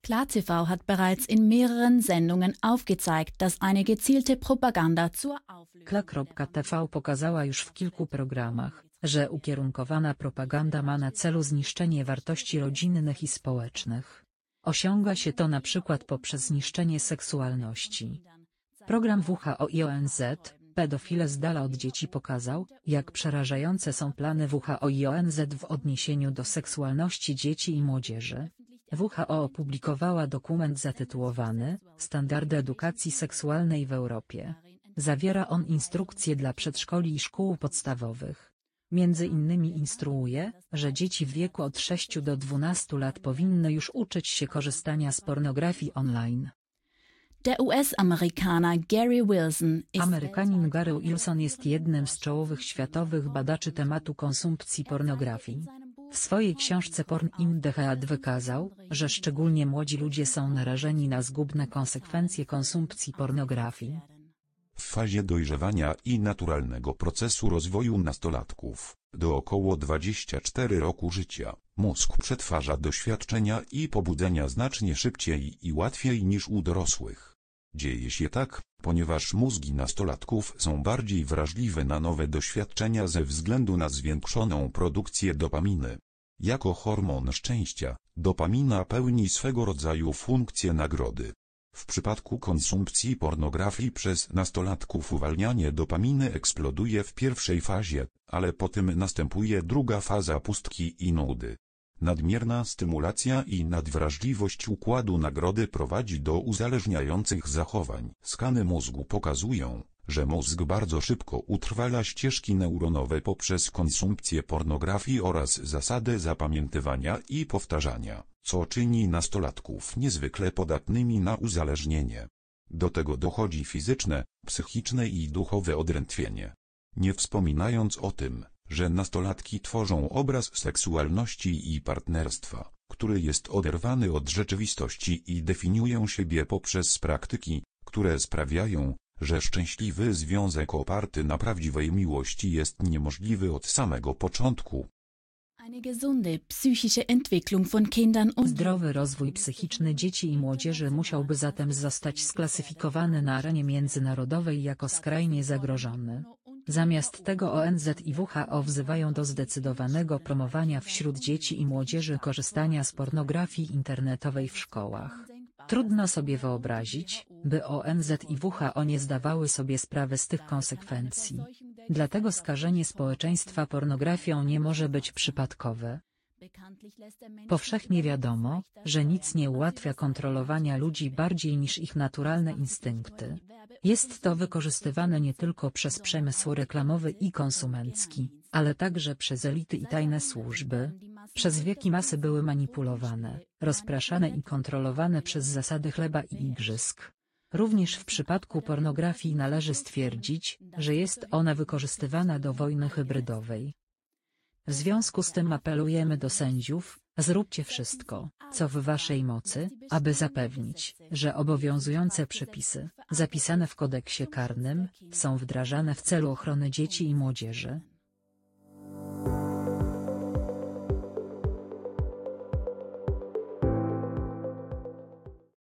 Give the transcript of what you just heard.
KlarTV hat bereits in mehreren Sendungen aufgezeigt, dass eine gezielte Propaganda zur Auflösung... Klar.tv pokazała już w kilku programach, że ukierunkowana propaganda ma na celu zniszczenie wartości rodzinnych i społecznych. Osiąga się to na przykład poprzez zniszczenie seksualności. Program WHO i ONZ, Pedofile z dala od dzieci pokazał, jak przerażające są plany WHO i ONZ w odniesieniu do seksualności dzieci i młodzieży. WHO opublikowała dokument zatytułowany Standardy edukacji seksualnej w Europie. Zawiera on instrukcje dla przedszkoli i szkół podstawowych. Między innymi instruuje, że dzieci w wieku od 6 do 12 lat powinny już uczyć się korzystania z pornografii online. Der US-Amerikaner Gary Wilson Amerykanin Gary Wilson jest jednym z czołowych światowych badaczy tematu konsumpcji pornografii. W swojej książce Porn in the Head wykazał, że szczególnie młodzi ludzie są narażeni na zgubne konsekwencje konsumpcji pornografii. W fazie dojrzewania i naturalnego procesu rozwoju nastolatków, do około 24 roku życia, mózg przetwarza doświadczenia i pobudzenia znacznie szybciej i łatwiej niż u dorosłych. Dzieje się tak, ponieważ mózgi nastolatków są bardziej wrażliwe na nowe doświadczenia ze względu na zwiększoną produkcję dopaminy. Jako hormon szczęścia, dopamina pełni swego rodzaju funkcję nagrody. W przypadku konsumpcji pornografii przez nastolatków uwalnianie dopaminy eksploduje w pierwszej fazie, ale potem następuje druga faza pustki i nudy. Nadmierna stymulacja i nadwrażliwość układu nagrody prowadzi do uzależniających zachowań. Skany mózgu pokazują, że mózg bardzo szybko utrwala ścieżki neuronowe poprzez konsumpcję pornografii oraz zasadę zapamiętywania i powtarzania, co czyni nastolatków niezwykle podatnymi na uzależnienie. Do tego dochodzi fizyczne, psychiczne i duchowe odrętwienie. Nie wspominając o tym, że nastolatki tworzą obraz seksualności i partnerstwa, który jest oderwany od rzeczywistości i definiują siebie poprzez praktyki, które sprawiają, że szczęśliwy związek oparty na prawdziwej miłości jest niemożliwy od samego początku. Zdrowy rozwój psychiczny dzieci i młodzieży musiałby zatem zostać sklasyfikowany na arenie międzynarodowej jako skrajnie zagrożony. Zamiast tego ONZ i WHO wzywają do zdecydowanego promowania wśród dzieci i młodzieży korzystania z pornografii internetowej w szkołach. Trudno sobie wyobrazić, by ONZ i WHO nie zdawały sobie sprawy z tych konsekwencji. Dlatego skażenie społeczeństwa pornografią nie może być przypadkowe. Powszechnie wiadomo, że nic nie ułatwia kontrolowania ludzi bardziej niż ich naturalne instynkty. Jest to wykorzystywane nie tylko przez przemysł reklamowy i konsumencki, ale także przez elity i tajne służby. Przez wieki masy były manipulowane, rozpraszane i kontrolowane przez zasady chleba i igrzysk. Również w przypadku pornografii należy stwierdzić, że jest ona wykorzystywana do wojny hybrydowej. W związku z tym apelujemy do sędziów, zróbcie wszystko, co w waszej mocy, aby zapewnić, że obowiązujące przepisy, zapisane w kodeksie karnym, są wdrażane w celu ochrony dzieci i młodzieży.